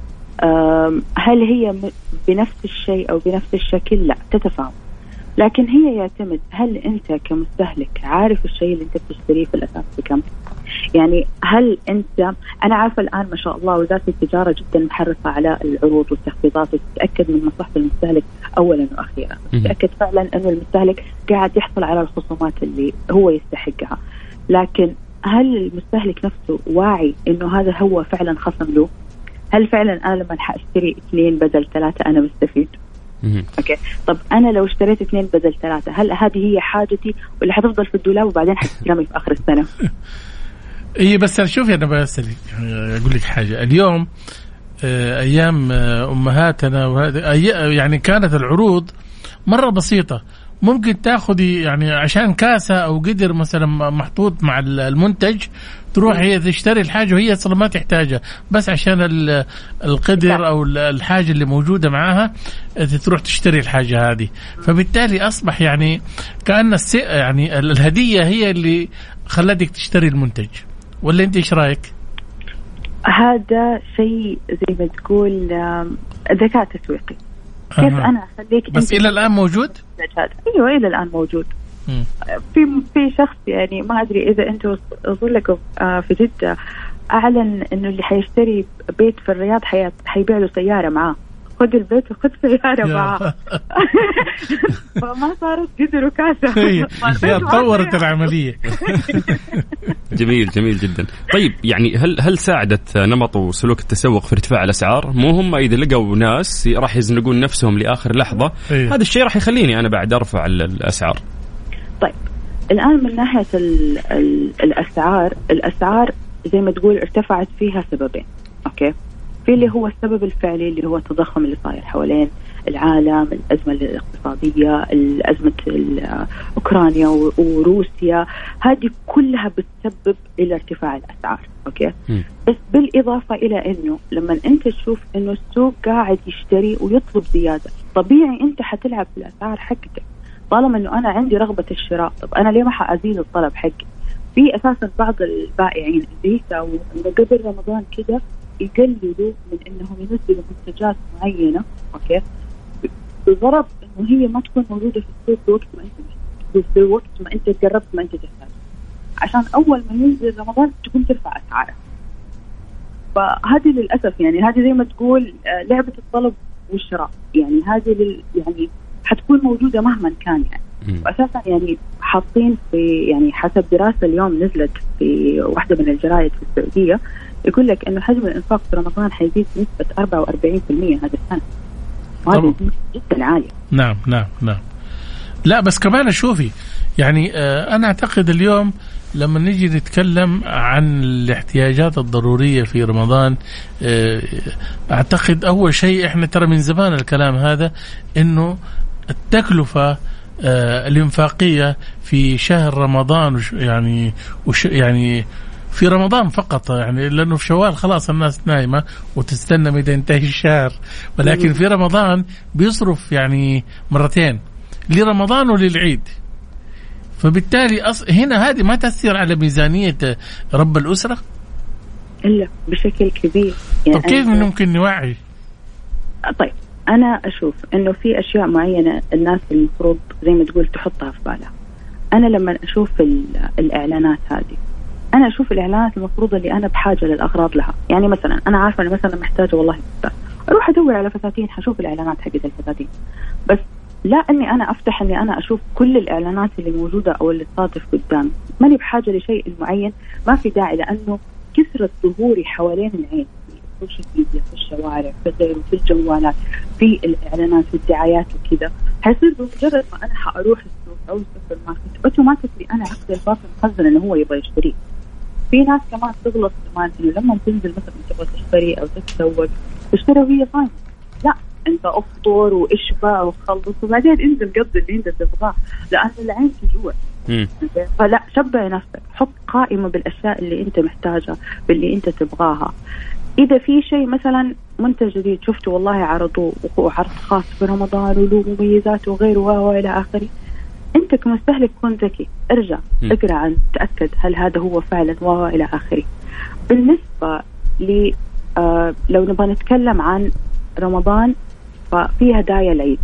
Speaker 9: هل هي بنفس الشيء او بنفس الشكل؟ لا، تتفاوت، لكن هي يعتمد هل أنت كمستهلك عارف الشيء اللي أنت بتشتريه في الأساس بكم. يعني هل أنا عارفة الآن ما شاء الله وزارة التجارة جدا محرصة على العروض والتخفيضات وتتأكد من مصلحة المستهلك أولا وأخيرا، تتأكد فعلا أنه المستهلك قاعد يحصل على الخصومات اللي هو يستحقها. لكن هل المستهلك نفسه واعي أنه هذا هو فعلا خصم له؟ هل فعلا أنا لما حأشتري 2 بدل 3 أنا مستفيد؟ اوكي، طب انا لو اشتريت 2 بدل 3 هل هذه هي حاجتي ولا حتفضل في الدولاب وبعدين حتترمي في اخر السنه؟
Speaker 5: اي بس شوفي انا بسألك اقول لك حاجه. اليوم ايام امهاتنا وهذا يعني كانت العروض مره بسيطه، ممكن تاخذي يعني عشان كاسه او قدر مثلا محطوط مع المنتج تروح هي تشتري الحاجة وهي أصلا ما تحتاجها، بس عشان القدر أو الحاجة اللي موجودة معاها تروح تشتري الحاجة هذه. فبالتالي أصبح يعني كأن يعني الهدية هي اللي خلتك تشتري المنتج، ولا أنت إيش رأيك؟
Speaker 9: هذا شيء زي ما تقول ذكاء تسويقي. كيف أنا أخليك
Speaker 5: بس إلى الآن موجود؟
Speaker 9: أيوة إلى الآن موجود. في شخص يعني ما أدري إذا أنتوا أظن لكم في جدة أعلن إنه اللي حيشتري بيت في الرياض حيبيع له سيارة معاه. خذ البيت وخذ سيارة معاه. فما صارت قدر وكاسة.
Speaker 5: هي تطورت العملية.
Speaker 6: جميل جميل جدا. طيب يعني هل ساعدت نمط وسلوك التسوق في ارتفاع الأسعار؟ مو هم إذا لقوا ناس راح يزنقون نفسهم لآخر لحظة هذا الشيء راح يخليني أنا بعد أرفع الأسعار.
Speaker 9: طيب الآن من ناحية الأسعار زي ما تقول ارتفعت فيها سببين. أوكي، في اللي هو السبب الفعلي اللي هو التضخم اللي صاير حوالين العالم، الأزمة الاقتصادية، الأزمة أوكرانيا وروسيا، هذه كلها بتسبب إلى ارتفاع الأسعار. أوكي، بس بالإضافة إلى إنه لما أنت تشوف إنه السوق قاعد يشتري ويطلب زيادة، طبيعي أنت حتلعب في الأسعار حقتك. طالما إنه أنا عندي رغبة الشراء، طب أنا ليه ما حأزيد الطلب حقي؟ في أساسا بعض البائعين اللي يساووا إنه قبل رمضان كده يقللوا من إنهم ينزلوا منتجات معينة. أوكي، بغرض إنه هي ما تكون موجودة في السوق بوقت ما أنت تقربت ما أنت تحتاج، عشان أول ما ينزل رمضان تكون ترفع أسعارها. فهذه للأسف يعني هذه زي ما تقول لعبة الطلب والشراء، يعني هذه يعني حتكون موجودة مهما كان يعني. وأساسا يعني حاطين في يعني حسب دراسة اليوم نزلت في واحدة من الجرائد في السعودية يقول لك إنه حجم الإنفاق في رمضان حيزيد نسبة 44% هذا السنة، وهذا جدا عالي.
Speaker 5: نعم نعم نعم. لا بس كمان شوفي يعني أنا أعتقد اليوم لما نيجي نتكلم عن الاحتياجات الضرورية في رمضان، أعتقد أول شيء إحنا ترى من زمان الكلام هذا إنه التكلفة الإنفاقية في شهر رمضان يعني في رمضان فقط، يعني لأنه في شوال خلاص الناس نايمة وتستنى متى ينتهي الشهر، ولكن في رمضان بيصرف يعني مرتين، لرمضان وللعيد. فبالتالي هنا هذه ما تأثير على ميزانية رب الأسرة
Speaker 9: إلا بشكل كبير يعني.
Speaker 5: طب كيف ممكن نوعي؟
Speaker 9: طيب أنا أشوف إنه في أشياء معينة الناس المفروض زي ما تقول تحطها في بالها. أنا لما أشوف الإعلانات هذه، أنا أشوف الإعلانات المفروض اللي أنا بحاجة للأغراض لها. يعني مثلا أنا عارفة أنا مثلا محتاجة والله أروح أدور على فساتين، حشوف الإعلانات حقت الفساتين، بس لا أني أنا أفتح أني أنا أشوف كل الإعلانات اللي موجودة أو اللي تصادف قدامي. ماني بحاجة لشيء معين، ما في داعي، لأنه كثرة ظهوري حوالين العين في السوشيال ميديا، في الشوارع، في غيره، في الجوالات، في الإعلانات والدعايات وكذا، حيصير بمجرد ما أنا حأروح السوق أو السوبر ماركت أوتوماتيكلي أنا عقد الباطن مخزن إنه هو يبغى يشتري. في ناس كمان تغلط كمان إنه لما تنزل مثلا تبغى تشتري أو تتسوق تشتري وهي صايمة، لا أنت أفطر وإشبع وخلص وبعدين انزل قضي اللي أنت تبغاه، لأن العين تجوع. فلا، شبع نفسك، حط قائمة بالأشياء اللي أنت محتاجها باللي أنت تبغاها. إذا في شيء مثلا منتج جديد شفته والله عرضوه وعرض خاص في رمضان وله مميزات وغيره وإلى آخره، أنت كمستهلك كن ذكي، ارجع اقرأ عن تأكد هل هذا هو فعلا وإلى آخره. بالنسبة لي لو نبغى نتكلم عن رمضان ففي هدايا العيد.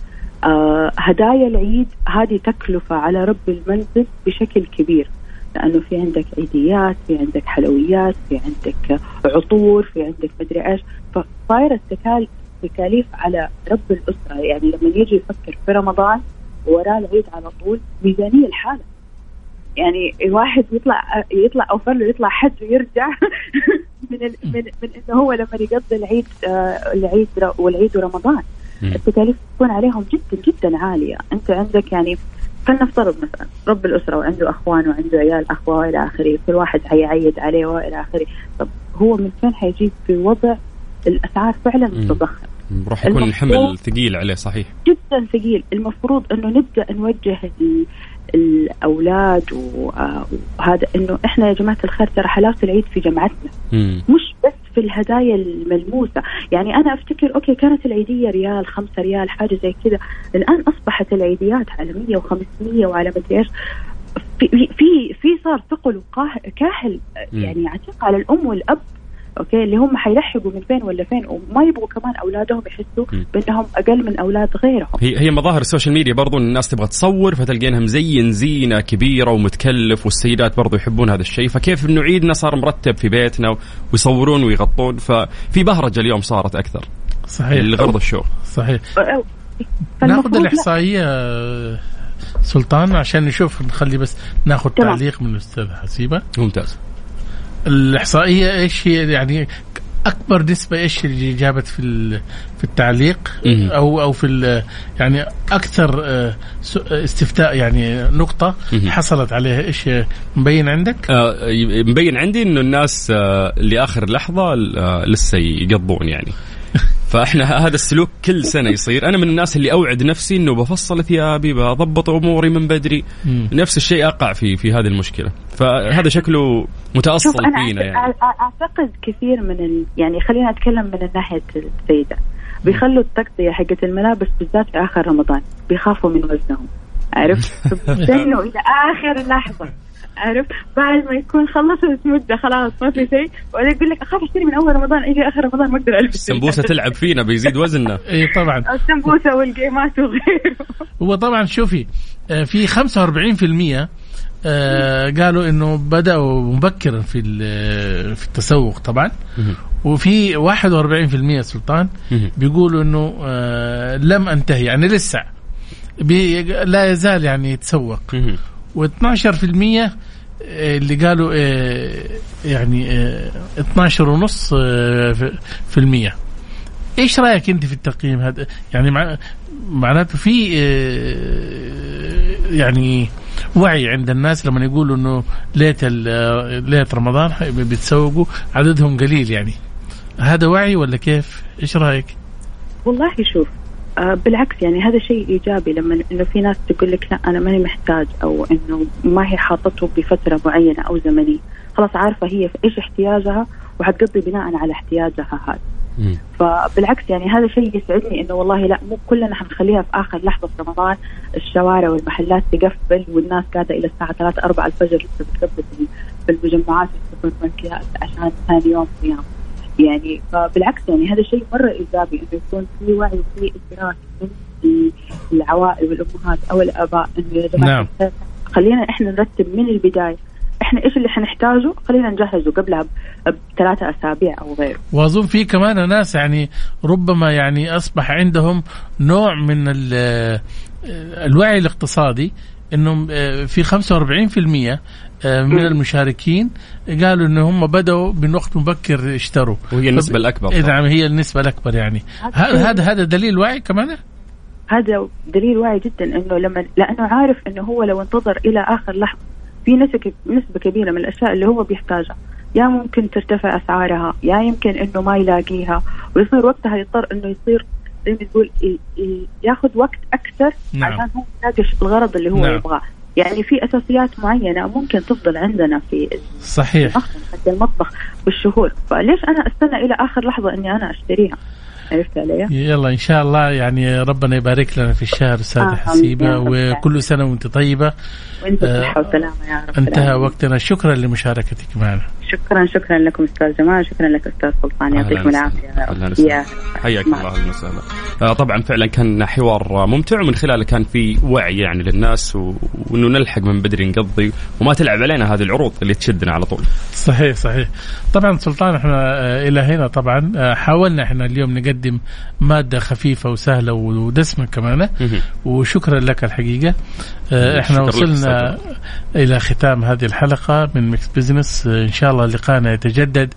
Speaker 9: هدايا العيد هذه تكلفة على رب المنزل بشكل كبير، لأنه في عندك عيديات، في عندك حلويات، في عندك عطور، في عندك مدري إيش، فصايرة تكاليف على رب الأسرة. يعني لما يجي يفكر في رمضان وراه العيد على طول ميزانية الحالة. يعني الواحد يطلع أوفر له يطلع حج ويرجع من إنه هو لما يقضي العيد والعيد ورمضان التكاليف تكون عليهم جدا جدا عالية. أنت عندك يعني فلنفترض مثلا رب الأسرة وعنده أخوان وعنده عيال أخوة وإلى آخره، كل واحد هيعيد عليه وإلى آخره، طب هو من فين هيجيب في وضع الأسعار فعلا متضخمة؟
Speaker 6: راح يكون الحمل ثقيل عليه. صحيح،
Speaker 9: جدا ثقيل. المفروض إنه نبدأ نوجه الأولاد وهذا إنه إحنا يا جماعة الخير ترى حلاوة العيد في جمعتنا، مش بس في الهدايا الملموسة. يعني أنا أفتكر أوكي كانت العيدية ريال 5 ريال حاجة زي كذا، الآن أصبحت العيديات على 100 و500 وعلى مدري إيش. في صار ثقل وكاحل يعني عتيق على الأم والأب، أوكي اللي هم حيلحقوا من فين ولا فين، وما يبغوا كمان أولادهم يحسوا بأنهم أقل من أولاد غيرهم.
Speaker 6: هي مظاهر السوشيال ميديا برضو الناس تبغى تصور، فتلقينها مزين زينة كبيرة ومتكلف، والسيدات برضو يحبون هذا الشيء، فكيف إنه عيدنا صار مرتب في بيتنا ويصورون ويغطون، ففي بهرجة اليوم صارت أكثر.
Speaker 5: صحيح،
Speaker 6: لغرض الشو.
Speaker 5: صحيح. ناخذ الإحصائية سلطان عشان نشوف، نخلي بس ناخذ تعليق من الأستاذ حسيبة.
Speaker 6: ممتاز.
Speaker 5: الإحصائية إيش هي يعني أكبر نسبة إيش اللي جابت في التعليق أو في يعني أكثر استفتاء يعني نقطة حصلت عليها إيش مبين عندك؟
Speaker 6: مبين عندي إنه الناس لآخر لحظة لسه يقضون يعني. فإحنا هذا السلوك كل سنة يصير. أنا من الناس اللي أوعد نفسي إنه بفصل ثيابي بضبط أموري من بدري. نفس الشيء أقع في هذه المشكلة، فهذا شكله متأصل فينا يعني.
Speaker 9: أعتقد كثير من يعني خلينا أتكلم من الناحية السيدة، بيخلوا التغطية حقة الملابس بالذات في آخر رمضان، بيخافوا من وزنهم، عرفت؟ إنه إلى آخر لحظة، عارف، بعد ما يكون خلصت مدة خلاص ما في شيء، ولا يقول لك أخاف أشتري من أول رمضان يجي آخر رمضان ما أقدر ألبس.
Speaker 6: السمبوسة تلعب فينا بيزيد وزننا.
Speaker 5: إيه طبعا.
Speaker 9: السمبوسة والجيمات وغيره.
Speaker 5: هو طبعا شوفي في 45% قالوا إنه بدأوا مبكرا في التسوق طبعا، وفي 41% سلطان بيقولوا إنه لم أنتهي يعني لسه لا يزال يعني يتسوق، و12% اللي قالوا يعني 12.5%. ايش رايك انت في التقييم هذا؟ يعني معناته في يعني وعي عند الناس لما يقولوا انه ليله رمضان بيتسوقوا عددهم قليل، يعني هذا وعي ولا كيف؟ ايش رايك؟
Speaker 9: والله شوف بالعكس، يعني هذا شيء إيجابي لما إنه في ناس تقول لك لا أنا ماني محتاج، أو إنه ما هي حاطته بفترة معينة أو زمنية، خلاص عارفة هي إيش احتياجها وحتقضي بناء على احتياجها هذا. فبالعكس يعني هذا شيء يسعدني إنه والله لا مو كلنا حنخليها في آخر لحظة في رمضان، الشوارع والمحلات تقفل والناس قاعدة إلى الساعة 3-4 الفجر لسه بتقفل في المجمعات والسوبر ماركتات عشان ثاني يوم صيام. يعني فبالعكس يعني هذا شيء مرة إيجابي إنه يكون في وعي وفي إدراك من العوائل والأمهات أو الآباء إنه يا جماعة خلينا إحنا نرتب من البداية إحنا إيش اللي حنحتاجه، خلينا نجهزه قبلها ب3 أسابيع أو غيره.
Speaker 5: وأظن في كمان ناس يعني ربما يعني أصبح عندهم نوع من الوعي الاقتصادي، انهم في 45% من المشاركين قالوا ان هم بدأوا من وقت مبكر اشتروا،
Speaker 6: وهي النسبة الأكبر.
Speaker 5: نعم هي النسبة الأكبر. يعني هذا دليل وعي كمان.
Speaker 9: هذا دليل واعي جدا، انه لانه عارف انه هو لو انتظر الى اخر لحظه في نسبه كبيره من الاشياء اللي هو بيحتاجها يا ممكن ترتفع اسعارها، يا يمكن انه ما يلاقيها، ويصير وقتها يضطر انه يصير زي ما تقول ياخذ وقت اكثر. نعم. عشان هو يلاقي الغرض اللي هو نعم. يبغاه. يعني في اساسيات معينه ممكن تفضل عندنا في
Speaker 5: صحيح
Speaker 9: حتى المطبخ بالشهور، فليش انا استنى الى اخر لحظه اني انا اشتريها؟ عرفت علي؟
Speaker 5: يلا إن شاء الله يعني ربنا يبارك لنا في الشهر أستاذة حسيبة، وكل سنة وأنت طيبة
Speaker 9: وأنت صحة وسلامة يا رب.
Speaker 5: انتهى وقتنا، شكرا لمشاركتك معنا.
Speaker 9: شكرا لكم أستاذ جمال، شكرا لك أستاذ سلطان، يعطيكم العافية.
Speaker 6: حياك الله. أهلا وسهلا. طبعا فعلا كان حوار ممتع، ومن خلاله كان في وعي يعني للناس، وإنه نلحق من بدري نقضي وما تلعب علينا هذه العروض اللي تشدنا على طول.
Speaker 5: صحيح. طبعا سلطان احنا إلى هنا طبعا حاولنا احنا اليوم نقدم مادة خفيفة وسهلة ودسمة كمان، وشكرا لك الحقيقة. احنا وصلنا إلى ختام هذه الحلقة من ميكس بيزنس. إن شاء الله لقانا يتجدد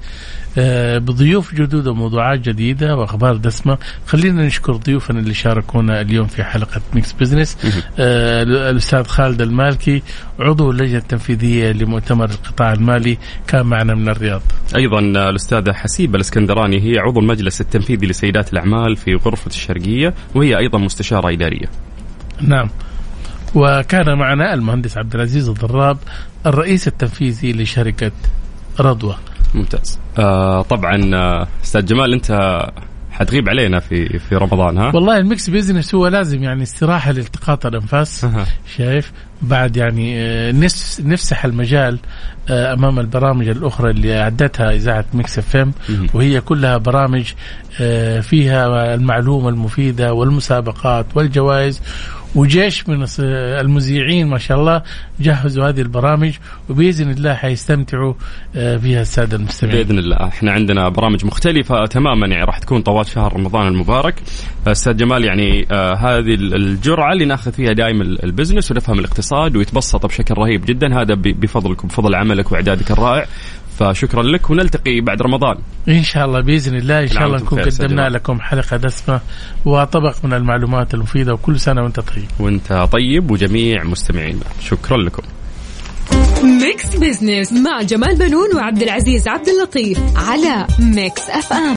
Speaker 5: بضيوف جدد وموضوعات جديدة وأخبار دسمة. خلينا نشكر ضيوفنا اللي شاركونا اليوم في حلقة ميكس بيزنس. الأستاذ خالد المالكي عضو اللجنة التنفيذية لمؤتمر القطاع المالي كان معنا من الرياض.
Speaker 6: أيضا الأستاذة حسيبة الاسكندراني هي عضو المجلس التنفيذي لسيدات الأعمال في غرفة الشرقية، وهي أيضا مستشارة إدارية.
Speaker 5: نعم. وكان معنا المهندس عبد العزيز الضراب الرئيس التنفيذي لشركة رضوى.
Speaker 6: ممتاز. طبعا أستاذ جمال أنت حتغيب علينا في رمضان ها؟
Speaker 5: والله الميكس بيزنس هو لازم يعني استراحة لالتقاط الأنفاس. شايف بعد يعني نفسح المجال أمام البرامج الأخرى اللي عدتها إذاعة ميكس اف ام، وهي كلها برامج فيها المعلومة المفيدة والمسابقات والجوائز، وجيش من المذيعين ما شاء الله جهزوا هذه البرامج، وبإذن الله حيستمتعوا بها السادة المستمعين
Speaker 6: بإذن الله. احنا عندنا برامج مختلفة تماما يعني راح تكون طوال شهر رمضان المبارك. أستاذ جمال يعني هذه الجرعة اللي ناخذ فيها دائما البزنس ونفهم الاقتصاد ويتبسط بشكل رهيب جدا، هذا بفضلك وبفضل عملك وإعدادك الرائع، فشكرا لك ونلتقي بعد رمضان
Speaker 5: إن شاء الله بإذن الله. إن شاء الله نكون قدمنا لكم حلقة دسمة وطبق من المعلومات المفيدة، وكل سنة وانت طيب.
Speaker 6: وانت طيب وجميع مستمعين، شكرا لكم.
Speaker 4: ميكس بيزنس مع جمال بنون وعبد العزيز عبد اللطيف على ميكس اف ام.